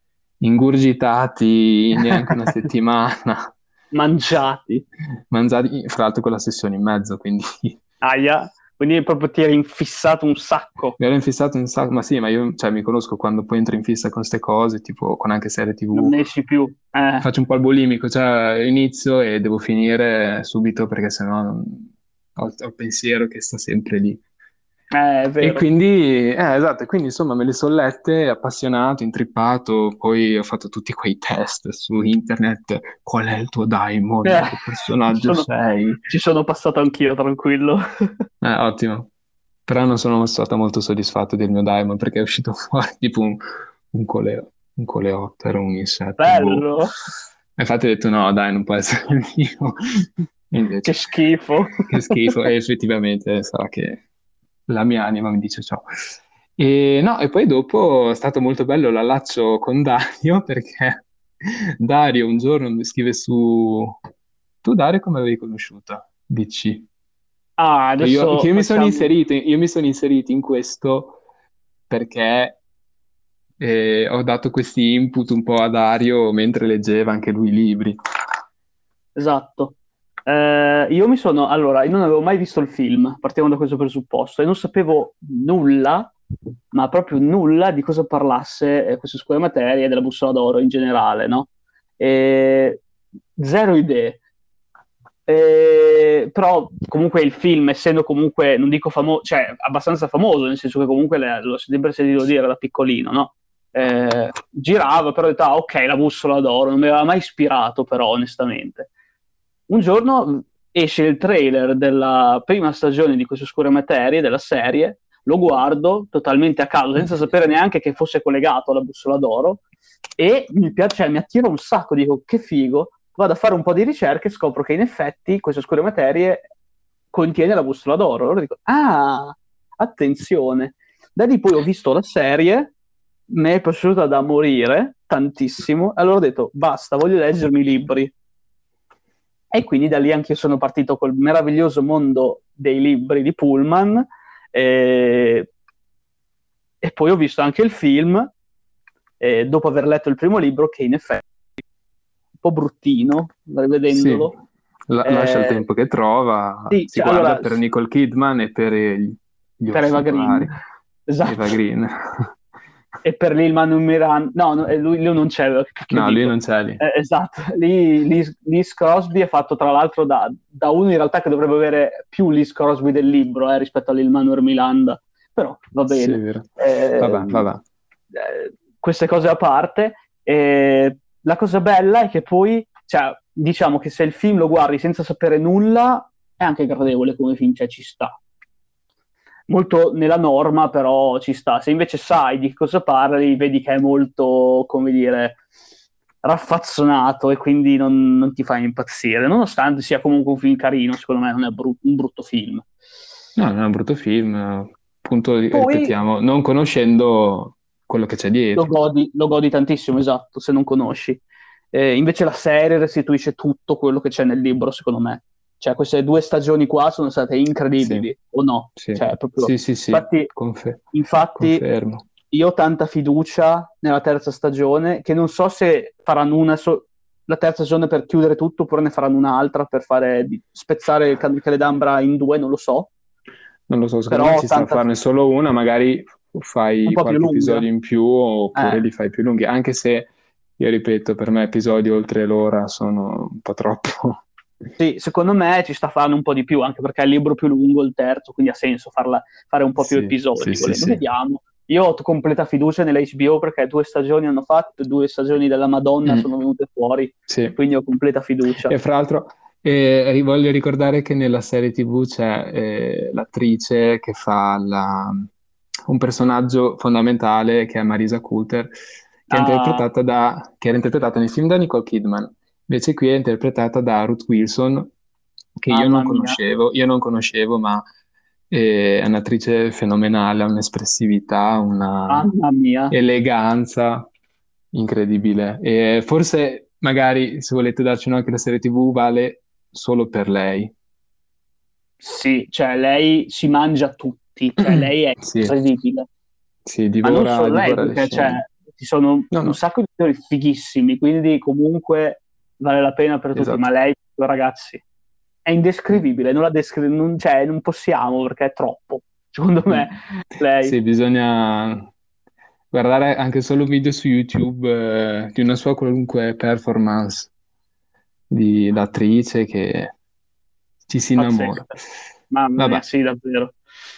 B: ingurgitati in neanche una settimana,
A: Mangiati.
B: mangiati fra l'altro con la sessione in mezzo, quindi
A: Aia. Quindi proprio ti eri infissato un sacco.
B: mi ero infissato un sacco, ma sì, ma io cioè, mi conosco quando poi entro in fissa con queste cose, tipo con anche serie T V,
A: Non ne esci più. Eh,
B: faccio un po' il bulimico, cioè inizio e devo finire subito perché sennò non- ho, ho il pensiero che sta sempre lì.
A: eh, è
B: E
A: vero.
B: quindi, eh, esatto, quindi insomma me le sono lette, appassionato, intrippato, poi ho fatto tutti quei test su internet, qual è il tuo
A: Eh,
B: daimon, che
A: ci
B: personaggio
A: sono,
B: sei?
A: ci sono passato anch'io, tranquillo.
B: Eh, ottimo. Però non sono stato molto soddisfatto del mio Daimon perché è uscito fuori tipo un, un, coleo- un coleottero, un insetto, boh.
A: Bello.
B: E infatti ho detto no, dai, non può essere il mio. E
A: Che
B: invece,
A: schifo.
B: che schifo. E effettivamente sarà che la mia anima mi dice ciò. E no, e poi dopo è stato molto bello l'allaccio con Dario perché Dario un giorno mi scrive su... Tu Dario come l'avevi conosciuta? D C.
A: Ah,
B: Che io, che
A: adesso
B: io mi sono
A: facciamo...
B: inserito, io mi sono inserito in questo perché eh, ho dato questi input un po' a Dario mentre leggeva anche lui i libri.
A: Esatto. Eh, io mi sono... Allora, io non avevo mai visto il film, partiamo da questo presupposto, e non sapevo nulla, ma proprio nulla di cosa parlasse eh, queste scuole materie della bussola d'oro in generale, no? E... Zero idee. Eh, però comunque il film, essendo comunque, non dico famoso, cioè abbastanza famoso, nel senso che comunque le- l'ho sempre sentito dire da piccolino, no? Eh, girava, però ho detto, ah, ok, la bussola d'oro, non mi aveva mai ispirato però, onestamente. Un giorno esce il trailer della prima stagione di Queste Oscure Materie, della serie, lo guardo totalmente a caso, senza sapere neanche che fosse collegato alla bussola d'oro, e mi piace, cioè, mi attira un sacco, dico, che figo, vado a fare un po' di ricerche e scopro che in effetti Queste Oscure Materie contiene la bussola d'oro. Allora dico, ah, attenzione. Da lì poi ho visto la serie, mi è piaciuta da morire, tantissimo, e allora ho detto, basta, voglio leggermi i libri. E quindi da lì anche io sono partito col meraviglioso mondo dei libri di Pullman, e, e poi ho visto anche il film, eh, dopo aver letto il primo libro, che in effetti è un po' bruttino,
B: Sì,
A: rivedendolo.
B: La- lascia il
A: Eh,
B: tempo che trova,
A: sì,
B: si
A: cioè,
B: guarda
A: allora,
B: per Nicole Kidman e per gli, gli
A: per
B: orsi
A: Eva Green,
B: polari. Eva
A: esatto.
B: Green.
A: E per lì il Manu Miran, no, no, eh, lui, lui non c'è, che cacchio
B: No, lui
A: dico.
B: non c'è lì.
A: Eh, esatto, lì Liz, Liz Crosby è fatto tra l'altro da, da uno in realtà che dovrebbe avere più Liz Crosby del libro eh, rispetto all'Il Manuel Miranda, però va
B: Sì, è
A: bene.
B: vero.
A: Eh,
B: Vabbè, vabbè.
A: eh, queste cose a parte, eh, la cosa bella è che poi, cioè, diciamo che se il film lo guardi senza sapere nulla, è anche gradevole come film, cioè ci sta molto nella norma, però ci sta. Se invece sai di cosa parli, vedi che è molto, come dire, raffazzonato e quindi non, non ti fa impazzire, nonostante sia comunque un film carino, secondo me non è bru- un brutto film.
B: No, non è un brutto film, appunto,
A: Poi
B: ripetiamo, non conoscendo quello che c'è
A: lo
B: dietro.
A: godi, lo godi tantissimo, esatto, se non conosci. Eh, invece la serie restituisce tutto quello che c'è nel libro, secondo me. Cioè, queste due stagioni qua sono state
B: Sì,
A: incredibili, o no?
B: sì,
A: Cioè, proprio...
B: sì, sì, sì,
A: Infatti,
B: confe-
A: infatti,
B: confermo.
A: io ho tanta fiducia nella terza stagione, che non so se faranno una so- la terza stagione per chiudere tutto, oppure ne faranno un'altra per fare, di- spezzare il Candide d'Ambra in due, non lo so.
B: Non lo so, secondo
A: Però
B: me
A: ho
B: ci sta a
A: tanta...
B: farne solo una, magari
A: un
B: fai
A: po' più
B: qualche
A: lunga.
B: episodio in più oppure
A: Eh.
B: li fai più lunghi, anche se, io ripeto, per me episodi oltre l'ora sono un po' troppo.
A: Sì, secondo me ci sta a farne un po' di più, anche perché è il libro più lungo, il terzo, quindi ha senso farla, fare un po' più
B: Sì, sì,
A: episodi,
B: sì,
A: volendo.
B: sì.
A: Vediamo. Io ho completa fiducia nell'H B O perché due stagioni hanno fatto, due stagioni della Madonna
B: Mm,
A: sono venute fuori,
B: sì.
A: quindi ho completa fiducia.
B: E fra l'altro eh, ri- voglio ricordare che nella serie T V c'è eh, l'attrice che fa la- un personaggio fondamentale che è Marisa Coulter, che è
A: Ah,
B: interpretata da, che era interpretata nel film da Nicole Kidman. Invece qui è interpretata da Ruth Wilson, che io non
A: mamma mia,
B: conoscevo, io non conoscevo, ma eh, è un'attrice fenomenale, ha un'espressività, una
A: mamma mia.
B: eleganza incredibile. E forse, magari, se volete darci un'occhio alla serie T V, vale solo per lei.
A: Sì, cioè lei si mangia tutti, cioè lei è
B: Sì,
A: incredibile.
B: sì,
A: Ma non
B: divora,
A: solo lei,
B: divora le
A: perché cioè,
B: scene.
A: ci sono
B: No,
A: un
B: no,
A: sacco di attori fighissimi, quindi comunque vale la pena per tutti, ma
B: esatto.
A: lei, ragazzi, è
B: Mm,
A: indescrivibile, non la descri- non, cioè, non possiamo perché è troppo, secondo
B: mm.
A: me, lei.
B: Sì, bisogna guardare anche solo un video su YouTube eh, di una sua qualunque performance di d'attrice che ci si innamora.
A: Pazzesca. Mamma mia,
B: Vabbè,
A: sì, davvero.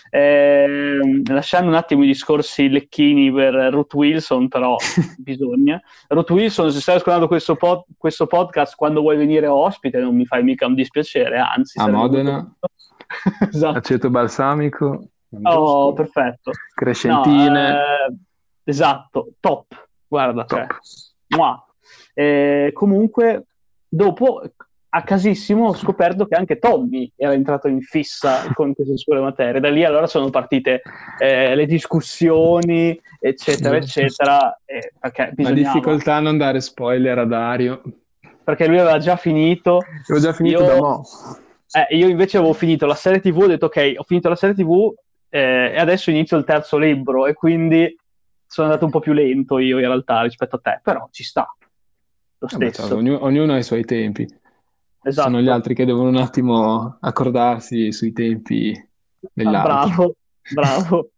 A: Ehm, lasciando un attimo i discorsi lecchini per Ruth Wilson, però bisogna. Ruth Wilson, se stai ascoltando questo, pod- questo podcast, quando vuoi venire ospite, non mi fai mica un dispiacere, anzi,
B: a
A: sarebbe molto
B: Modena,
A: bello. Esatto.
B: aceto balsamico,
A: Oh,
B: lambrusco,
A: perfetto. No,
B: crescentine,
A: eh, esatto, top. Guarda, cioè,
B: top.
A: mua. Eh, comunque, dopo, a casissimo, ho scoperto che anche Tommy era entrato in fissa con queste sue materie. Da lì allora sono partite eh, le discussioni, eccetera,
B: Esatto.
A: eccetera, eh, perché
B: La
A: bisognava.
B: difficoltà a non dare spoiler a Dario.
A: Perché lui aveva già finito.
B: L'ho già finito da
A: Io,
B: mo'.
A: eh, io invece avevo finito la serie T V, ho detto ok, ho finito la serie T V eh, e adesso inizio il terzo libro e quindi sono andato un po' più lento io in realtà rispetto a te, però ci sta lo
B: Vabbè, certo,
A: stesso.
B: ognu- ognuno ha i suoi tempi. Ci sono gli
A: Esatto.
B: altri che devono un attimo accordarsi sui tempi degli
A: Ah,
B: altri.
A: bravo, bravo.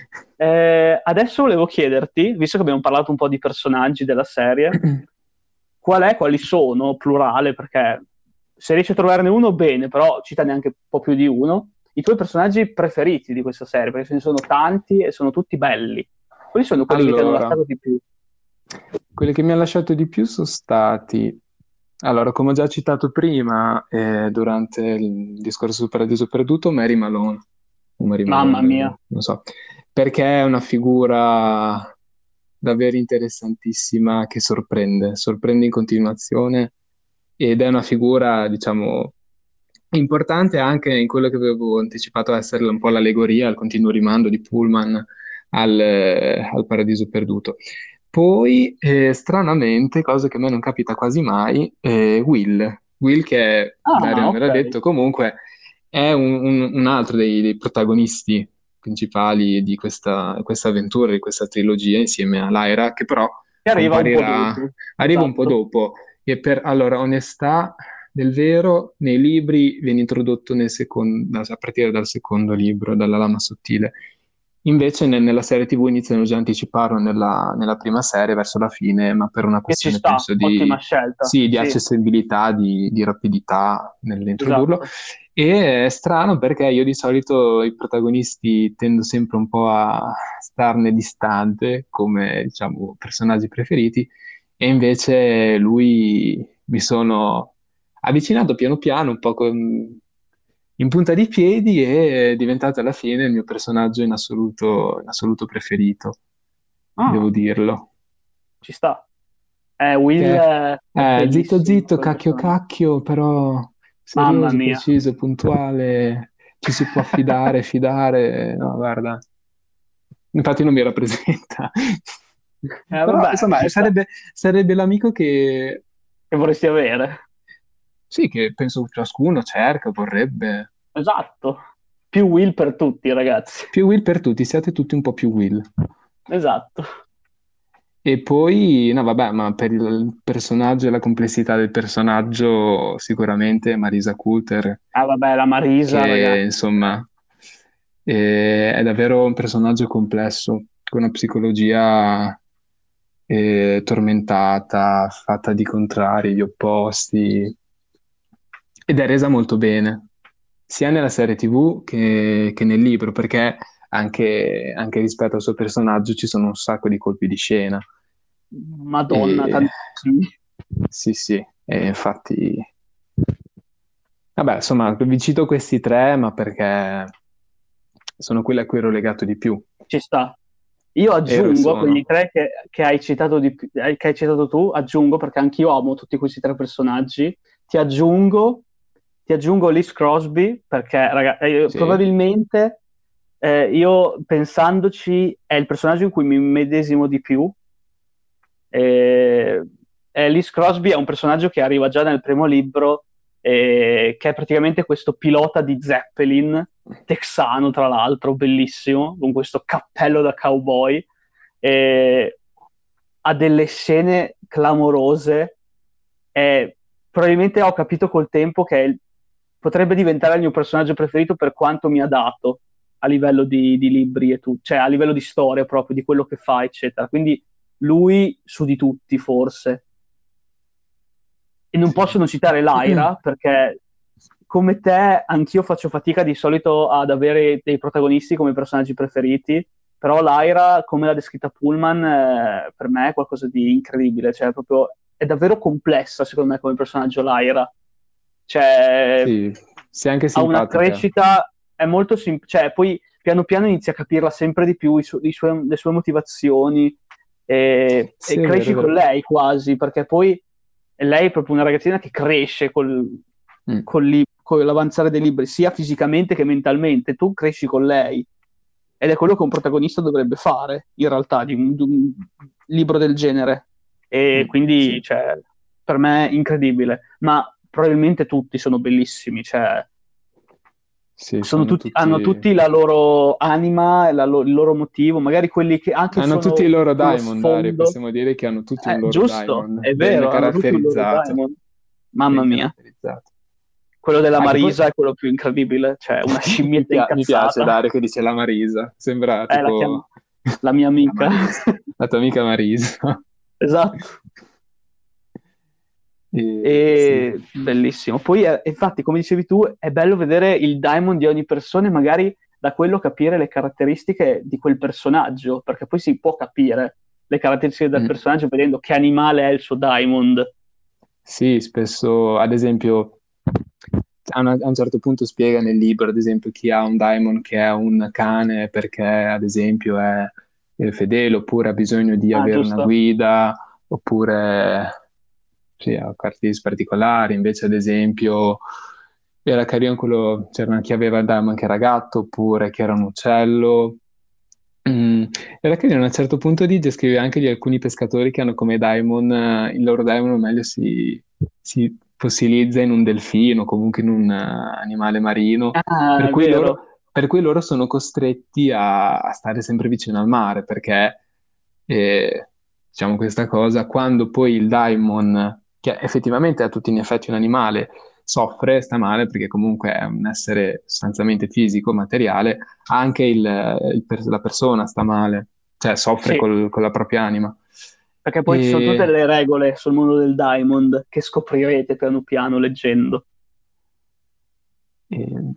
A: Eh, adesso volevo chiederti, visto che abbiamo parlato un po' di personaggi della serie, qual è, quali sono, plurale, perché se riesci a trovarne uno, bene, però citane anche un po' più di uno, i tuoi personaggi preferiti di questa serie, perché ce ne sono tanti e sono tutti belli. Quali sono quelli che ti hanno
B: Allora,
A: lasciato di più?
B: quelli che mi hanno lasciato di più sono stati, allora, come ho già citato prima, eh, durante il discorso sul Paradiso Perduto, Mary Malone, o Mary
A: Mamma
B: Malone,
A: mia,
B: non so, perché è una figura davvero interessantissima che sorprende, sorprende in continuazione ed è una figura, diciamo, importante anche in quello che avevo anticipato essere un po' l'allegoria, il continuo rimando di Pullman al, eh, al Paradiso Perduto. Poi, eh, stranamente, cosa che a me non capita quasi mai, eh, Will. Will che, Dario
A: ah,
B: non me
A: ok.
B: l'ha detto, comunque è un, un- un altro dei, dei protagonisti principali di questa, questa avventura, di questa trilogia, insieme a Lyra, che però
A: Che arriva un po'
B: comparirà,
A: dopo,
B: arriva un po'
A: esatto.
B: dopo. E per, allora, onestà, del vero, nei libri viene introdotto nel secondo, a partire dal secondo libro, dalla Lama Sottile. Invece ne- nella serie T V iniziano già a anticiparlo nella, nella prima serie, verso la fine, ma per una
A: Che ci
B: questione,
A: sta,
B: penso,
A: ottima
B: di,
A: scelta.
B: sì, di
A: Sì,
B: accessibilità, di, di rapidità nell'introdurlo.
A: esatto.
B: E è strano perché io di solito i protagonisti tendo sempre un po' a starne distante come, diciamo, personaggi preferiti, e invece lui mi sono avvicinato piano piano, un po' con- in punta di piedi, e è diventato alla fine il mio personaggio in assoluto, in assoluto preferito, devo
A: Ah,
B: dirlo.
A: ci sta. Eh, Will
B: Che
A: è è
B: è eh, zitto
A: bellissimo
B: zitto,
A: quel
B: cacchio
A: personaggio.
B: cacchio, però
A: Mamma
B: serioso,
A: mia.
B: preciso, puntuale, ci si può affidare, fidare, no, guarda, infatti non mi rappresenta.
A: Eh,
B: Però,
A: vabbè,
B: insomma,
A: ci sta.
B: sarebbe, sarebbe l'amico che,
A: Che vorresti avere?
B: sì, che penso ciascuno cerca, vorrebbe.
A: Esatto. Più Will per tutti, ragazzi.
B: Più Will per tutti, siate tutti un po' più Will.
A: Esatto.
B: E poi, no, vabbè, ma per il personaggio e la complessità del personaggio, sicuramente Marisa Coulter,
A: Ah, vabbè, la Marisa,
B: che
A: ragazzi.
B: insomma eh, è davvero un personaggio complesso, con una psicologia eh, tormentata, fatta di contrari, di opposti, ed è resa molto bene, sia nella serie T V che, che nel libro, perché anche, anche rispetto al suo personaggio ci sono un sacco di colpi di scena.
A: Madonna,
B: E
A: tantissimi.
B: sì, sì, e infatti, vabbè, insomma, vi cito questi tre, ma perché sono quelli a cui ero legato di più.
A: Ci sta. Io
B: Ero e
A: aggiungo a quelli
B: sono.
A: tre che, che hai citato di, più- eh, che hai citato tu, aggiungo perché anch'io amo tutti questi tre personaggi. Ti aggiungo, ti aggiungo Liz Crosby perché, raga, eh,
B: Sì,
A: probabilmente eh, io pensandoci è il personaggio in cui mi medesimo di più. Eh, eh, Liz Crosby è un personaggio che arriva già nel primo libro, eh, che è praticamente questo pilota di Zeppelin, texano tra l'altro, bellissimo, con questo cappello da cowboy. Eh, ha delle scene clamorose. Eh, probabilmente ho capito col tempo che il- potrebbe diventare il mio personaggio preferito per quanto mi ha dato a livello di, di libri e tutto, cioè a livello di storia proprio, di quello che fa, eccetera. Quindi lui su di tutti, forse. E non
B: sì.
A: posso non citare Lyra, perché come te, anch'io faccio fatica di solito ad avere dei protagonisti come personaggi preferiti, però Lyra, come l'ha descritta Pullman, eh, per me è qualcosa di incredibile, cioè proprio è davvero complessa secondo me come personaggio Lyra. Cioè,
B: Sì, sei anche
A: ha una
B: simpatica.
A: crescita, è molto semplice, cioè poi piano piano inizi a capirla sempre di più, i su- i suoi- le sue motivazioni, e, e
B: Sì, è vero,
A: cresci
B: è
A: con
B: vero.
A: lei quasi, perché poi lei è proprio una ragazzina che cresce col,
B: Mm.
A: col li- con l'avanzare dei libri, sia fisicamente che mentalmente, tu cresci con lei. Ed è quello che un protagonista dovrebbe fare, in realtà, di un, di un libro del genere. E
B: Mm,
A: quindi,
B: sì,
A: cioè, per me è incredibile. Ma probabilmente tutti sono bellissimi, cioè,
B: sì,
A: sono
B: sono
A: tutti- hanno
B: tutti.
A: tutti la loro anima, e la lo- il loro motivo, magari quelli che anche
B: Hanno tutti
A: sono
B: il loro
A: sullo
B: diamond, Dario,
A: sfondo.
B: possiamo dire che hanno tutti un
A: Eh,
B: loro
A: giusto,
B: diamond
A: è
B: ben
A: vero, hanno tutti un loro
B: caratterizzato,
A: diamond. Mamma
B: ben
A: mia,
B: caratterizzato.
A: quello della
B: Ah, che poi
A: Marisa è quello più incredibile, cioè una
B: mi,
A: scimmietta
B: pia- mi piace
A: incazzata.
B: Dario che dice la Marisa, sembra
A: Eh, la chiam-
B: tipo
A: la mia
B: la
A: amica.
B: Marisa, la tua amica Marisa.
A: Esatto.
B: E, sì.
A: E bellissimo. Poi, eh, infatti, come dicevi tu, è bello vedere il diamond di ogni persona e magari da quello capire le caratteristiche di quel personaggio, perché poi si può capire le caratteristiche del
B: Mm.
A: personaggio vedendo che animale è il suo diamond.
B: Sì, spesso, ad esempio, a, una- a un certo punto spiega nel libro, ad esempio, chi ha un daimon che è un cane perché, ad esempio, è, è fedele, oppure ha bisogno di
A: Ah,
B: avere una
A: giusto.
B: guida, oppure sì, ha caratteristiche particolari. Invece, ad esempio, era carino quello, c'era chi aveva il daimon che era gatto, oppure che era un uccello. Mm, era carino, a un certo punto di descrive anche di alcuni pescatori che hanno come daimon, eh, il loro daimon o meglio si, si fossilizza in un delfino, comunque in un eh, animale marino,
A: Ah,
B: per
A: è
B: cui loro,
A: vero.
B: per cui loro sono costretti a, a stare sempre vicino al mare, perché eh, diciamo questa cosa, quando poi il daimon che effettivamente è a tutti gli effetti un animale, soffre, sta male perché comunque è un essere sostanzialmente fisico, materiale, anche il, il per- la persona sta male, cioè soffre
A: Sì,
B: col- con la propria anima.
A: perché poi ci sono tutte
B: E,
A: le regole sul mondo del Diamond che scoprirete piano piano leggendo.
B: e-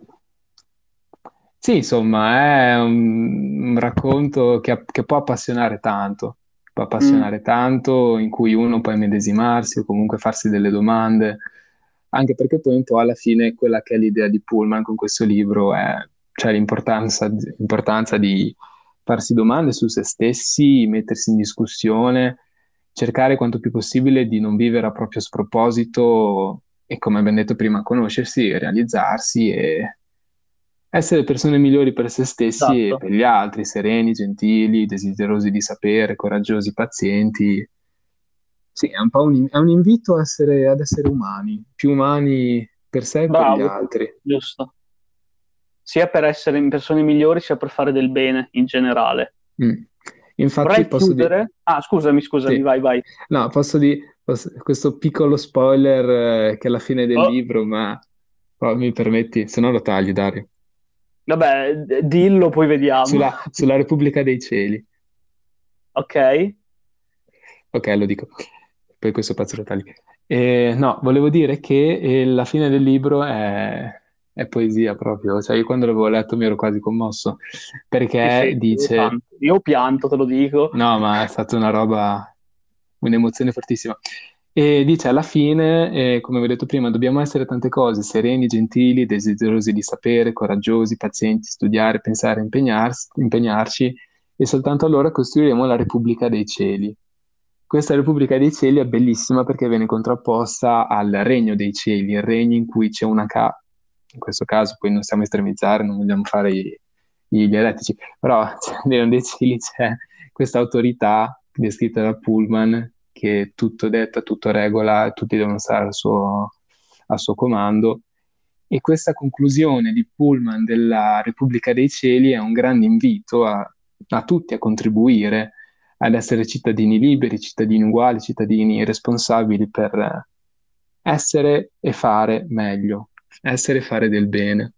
B: sì, insomma, è un, un racconto che, che può appassionare tanto, può
A: Mm,
B: appassionare tanto, in cui uno può immedesimarsi o comunque farsi delle domande, anche perché poi un po' alla fine quella che è l'idea di Pullman con questo libro è, cioè l'importanza, l'importanza di farsi domande su se stessi, mettersi in discussione, cercare quanto più possibile di non vivere a proprio sproposito e, come abbiamo detto prima, conoscersi, realizzarsi e essere persone migliori per se stessi e
A: esatto.
B: per gli altri, sereni, gentili, desiderosi di sapere, coraggiosi, pazienti. Sì, è un po' un, è un invito a essere- ad essere umani, più umani per sé e per gli
A: Bravo,
B: altri.
A: giusto. Sia per essere persone migliori, sia per fare del bene in generale.
B: Mm. Infatti
A: Vorrei
B: posso dire,
A: chiudere. Ah, scusami, scusami,
B: sì,
A: vai, vai.
B: no, posso dire questo piccolo spoiler eh, che è alla fine del
A: Oh,
B: libro, ma oh, mi permetti, se no lo tagli, Dario.
A: vabbè, d- dillo, poi vediamo.
B: Sulla, sulla Repubblica dei Cieli.
A: Ok?
B: Ok, lo dico. Poi questo pezzo lo tagli. Eh, no, volevo dire che eh, la fine del libro è, è poesia proprio. Cioè, io quando l'avevo letto mi ero quasi commosso,
A: Sì,
B: perché
A: sì, io
B: dice,
A: tanto. Io pianto, te lo dico.
B: no, ma è stata una roba, un'emozione fortissima. E dice alla fine, eh, come vi ho detto prima, dobbiamo essere tante cose, sereni, gentili, desiderosi di sapere, coraggiosi, pazienti, studiare, pensare, impegnarsi- impegnarci, e soltanto allora costruiremo la Repubblica dei Cieli. Questa Repubblica dei Cieli è bellissima perché viene contrapposta al Regno dei Cieli, il regno in cui c'è una ca... in questo caso poi non stiamo a estremizzare, non vogliamo fare i- gli eretici, però cioè, nel Regno dei Cieli c'è questa autorità descritta da Pullman che tutto detta, tutto regola, e tutti devono stare al suo, al suo comando. E questa conclusione di Pullman della Repubblica dei Cieli è un grande invito a, a tutti a contribuire ad essere cittadini liberi, cittadini uguali, cittadini responsabili per essere e fare meglio, essere e fare del bene.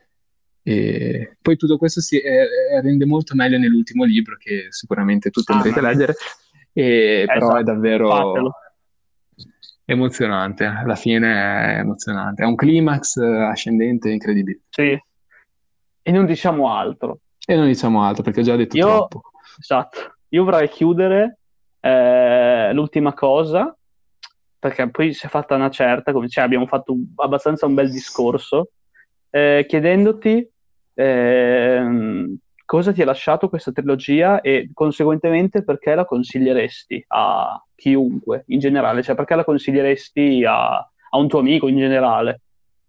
B: E poi tutto questo si eh, eh, rende molto meglio nell'ultimo libro, che sicuramente tutti
A: Ah,
B: andrete a leggere, e però è
A: esatto,
B: davvero
A: fatelo.
B: emozionante. Alla fine è emozionante. È un climax eh, ascendente incredibile.
A: Sì. E non diciamo altro.
B: E non diciamo altro perché ho già detto
A: Io,
B: troppo.
A: esatto, io vorrei chiudere eh, l'ultima cosa, perché poi si è fatta una certa, come cioè, abbiamo fatto un- abbastanza un bel discorso, eh, chiedendoti ehm, cosa ti ha lasciato questa trilogia e conseguentemente perché la consiglieresti a chiunque in generale, cioè perché la consiglieresti a, a un tuo amico in generale.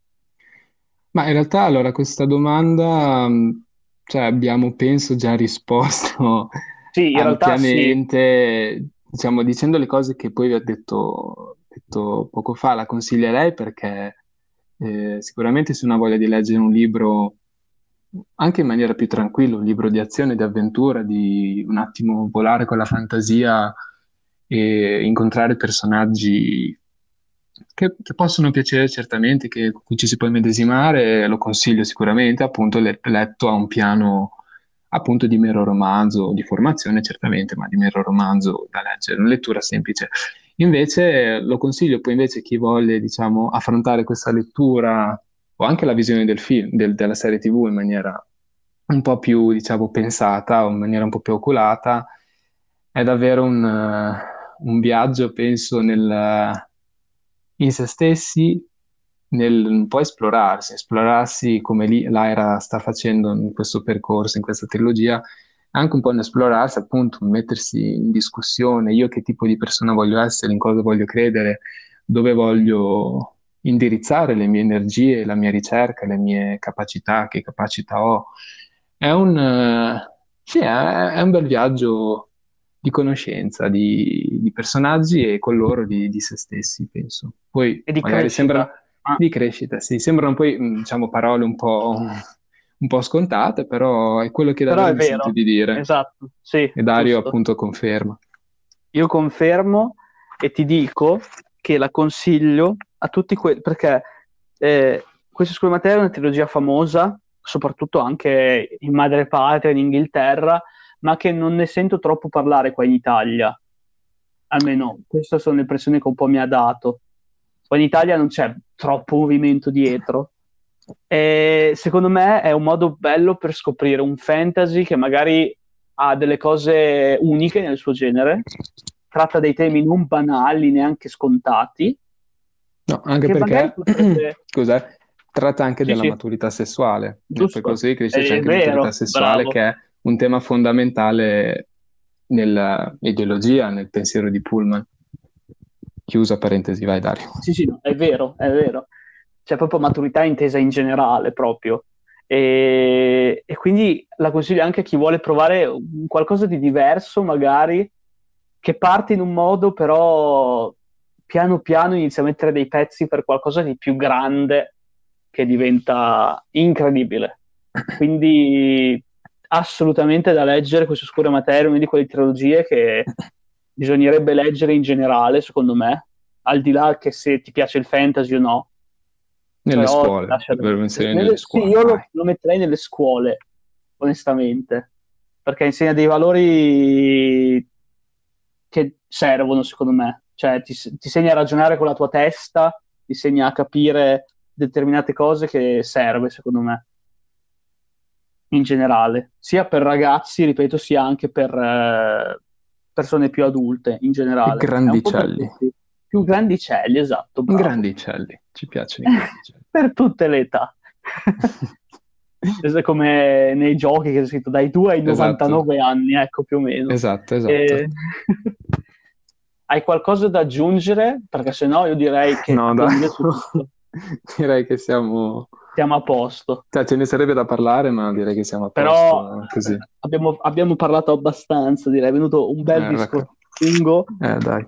B: Ma in realtà allora questa domanda, mh, cioè abbiamo penso già risposto
A: Sì, in realtà sì.
B: ampiamente, diciamo, dicendo le cose che poi vi ho detto, detto poco fa, la consiglierei perché eh, sicuramente se uno ha voglia di leggere un libro anche in maniera più tranquilla, un libro di azione, di avventura, di un attimo volare con la fantasia e incontrare personaggi che, che possono piacere certamente, che, con cui ci si può immedesimare, lo consiglio sicuramente, appunto le- letto a un piano appunto di mero romanzo, di formazione certamente, ma di mero romanzo da leggere, una lettura semplice. Invece lo consiglio poi invece chi vuole, diciamo, affrontare questa lettura o anche la visione del film, del- della serie T V in maniera un po' più, diciamo, pensata o in maniera un po' più oculata, è davvero un, eh, un viaggio, penso, nel, in se stessi, nel un po' esplorarsi, esplorarsi come lì Lyra sta facendo in questo percorso, in questa trilogia, anche un po' esplorarsi, appunto, mettersi in discussione, io che tipo di persona voglio essere, in cosa voglio credere, dove voglio indirizzare le mie energie, la mia ricerca, le mie capacità, che capacità ho. È un, eh, sì, è, è un bel viaggio di conoscenza di, di personaggi e con loro di, di se stessi, penso. Poi
A: E di
B: magari
A: crescita.
B: sembrano
A: Ah,
B: di crescita, sì, sembrano poi, mh, diciamo, parole un po', un po' scontate, però è quello che
A: però
B: davvero
A: è
B: mi sento
A: vero,
B: di dire.
A: esatto, sì,
B: E Dario
A: giusto.
B: appunto conferma.
A: Io confermo e ti dico. che la consiglio a tutti quelli, perché eh, Questa Oscura Materia è una trilogia famosa, soprattutto anche in madrepatria, in Inghilterra, ma che non ne sento troppo parlare qua in Italia. Almeno queste sono le impressioni che un po' mi ha dato. Poi in Italia non c'è troppo movimento dietro. E secondo me è un modo bello per scoprire un fantasy che magari ha delle cose uniche nel suo genere, tratta dei temi non banali, neanche scontati,
B: No, anche
A: che magari
B: perché,
A: potrebbe...
B: scusa, eh, tratta anche
A: Sì,
B: della
A: sì,
B: maturità sessuale. Eh, Per
A: giusto,
B: così Cristo c'è
A: è
B: anche maturità
A: vero,
B: sessuale, che
A: bravo.
B: è un tema fondamentale nell'ideologia, nel pensiero di Pullman. Chiusa parentesi, vai Dario.
A: Sì, sì, no, è vero, è vero. C'è proprio maturità intesa in generale, proprio. E, e quindi la consiglio anche a chi vuole provare un qualcosa di diverso, magari, che parte in un modo, però piano piano inizia a mettere dei pezzi per qualcosa di più grande che diventa incredibile. Quindi assolutamente da leggere questa Oscura Materia, una di quelle trilogie che bisognerebbe leggere in generale, secondo me, al di là che se ti piace il fantasy o no,
B: Nelle
A: però ti
B: scuole,
A: lascia
B: dovremmo
A: veramente...
B: inserire nelle
A: nelle- Sì,
B: scuole,
A: io
B: dai.
A: lo, lo metterei nelle scuole, onestamente, perché insegna dei valori che servono, secondo me. Cioè, ti, ti insegna a ragionare con la tua testa, ti insegna a capire determinate cose che serve, secondo me, in generale. Sia per ragazzi, ripeto, sia anche per eh, persone più adulte, in
B: E
A: generale. È un po' per
B: grandicelli.
A: tutti. Più grandicelli, esatto, bravo.
B: Grandicelli, ci piacciono i grandicelli.
A: Per tutte le età. Questo è come nei giochi che è scritto dai due ai
B: Esatto,
A: novantanove anni, ecco, più o meno.
B: esatto, esatto.
A: E... Hai qualcosa da aggiungere? Perché se no io direi che
B: No, dai,
A: abbiamo detto tutto.
B: direi che siamo...
A: Siamo a posto.
B: Cioè, ce ne sarebbe da parlare, ma direi che siamo a
A: Però
B: posto così.
A: eh, abbiamo, abbiamo parlato abbastanza, direi. È venuto un bel
B: Eh, racco-
A: discorso lungo.
B: eh, dai.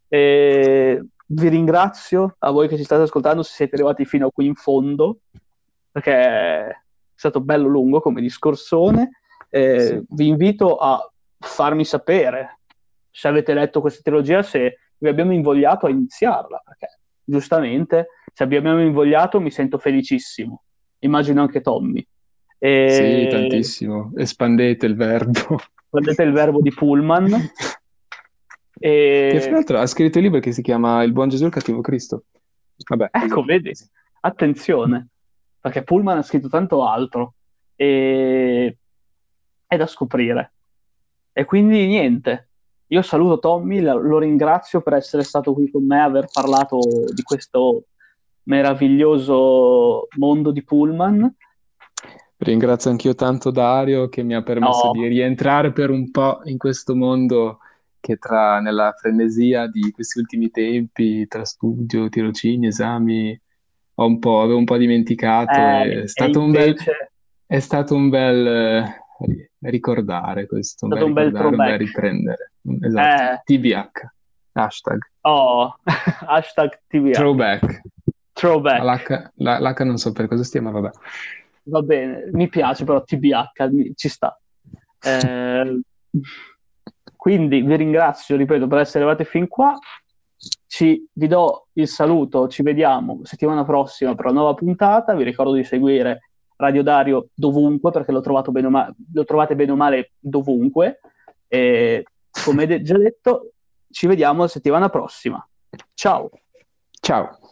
A: E vi ringrazio a voi che ci state ascoltando se siete arrivati fino a qui in fondo, perché è stato bello lungo come discorsone. Eh,
B: Sì.
A: Vi invito a farmi sapere se avete letto questa trilogia, se vi abbiamo invogliato a iniziarla, perché giustamente se abbiamo invogliato mi sento felicissimo. Immagino anche Tommy.
B: Sì,
A: E
B: tantissimo. Espandete il verbo.
A: prendete il verbo di Pullman
B: Che fra
A: e
B: l'altro ha scritto il libro che si chiama Il buon Gesù e il cattivo Cristo. Vabbè,
A: ecco,
B: così.
A: vedi, attenzione, perché Pullman ha scritto tanto altro e è da scoprire. E quindi niente, io saluto Tommy, la- lo ringrazio per essere stato qui con me, aver parlato di questo meraviglioso mondo di Pullman.
B: Ringrazio anch'io tanto Dario che mi ha permesso
A: No,
B: di rientrare per un po' in questo mondo che tra nella frenesia di questi ultimi tempi, tra studio, tirocini, esami, ho un po', avevo un po' dimenticato.
A: eh,
B: È
A: e
B: stato un bel,
A: invece è
B: è stato un bel eh, ri- ricordare questo, un bel
A: stato un bel
B: ricordare, un bel
A: throwback.
B: riprendere. Esatto.
A: Eh,
B: T B H, hashtag,
A: oh, hashtag T V H,
B: throwback.
A: throwback.
B: L'H la- l'H non so per cosa stia, ma vabbè.
A: Va bene, mi piace però T B H, mi- ci sta. Eh, quindi vi ringrazio, ripeto, per essere arrivati fin qua. Ci, vi do il saluto, ci vediamo settimana prossima per la nuova puntata. Vi ricordo di seguire Radio Dario dovunque, perché l'ho trovato bene o ma- lo trovate bene o male dovunque. E, come de- già detto, ci vediamo la settimana prossima. Ciao!
B: Ciao.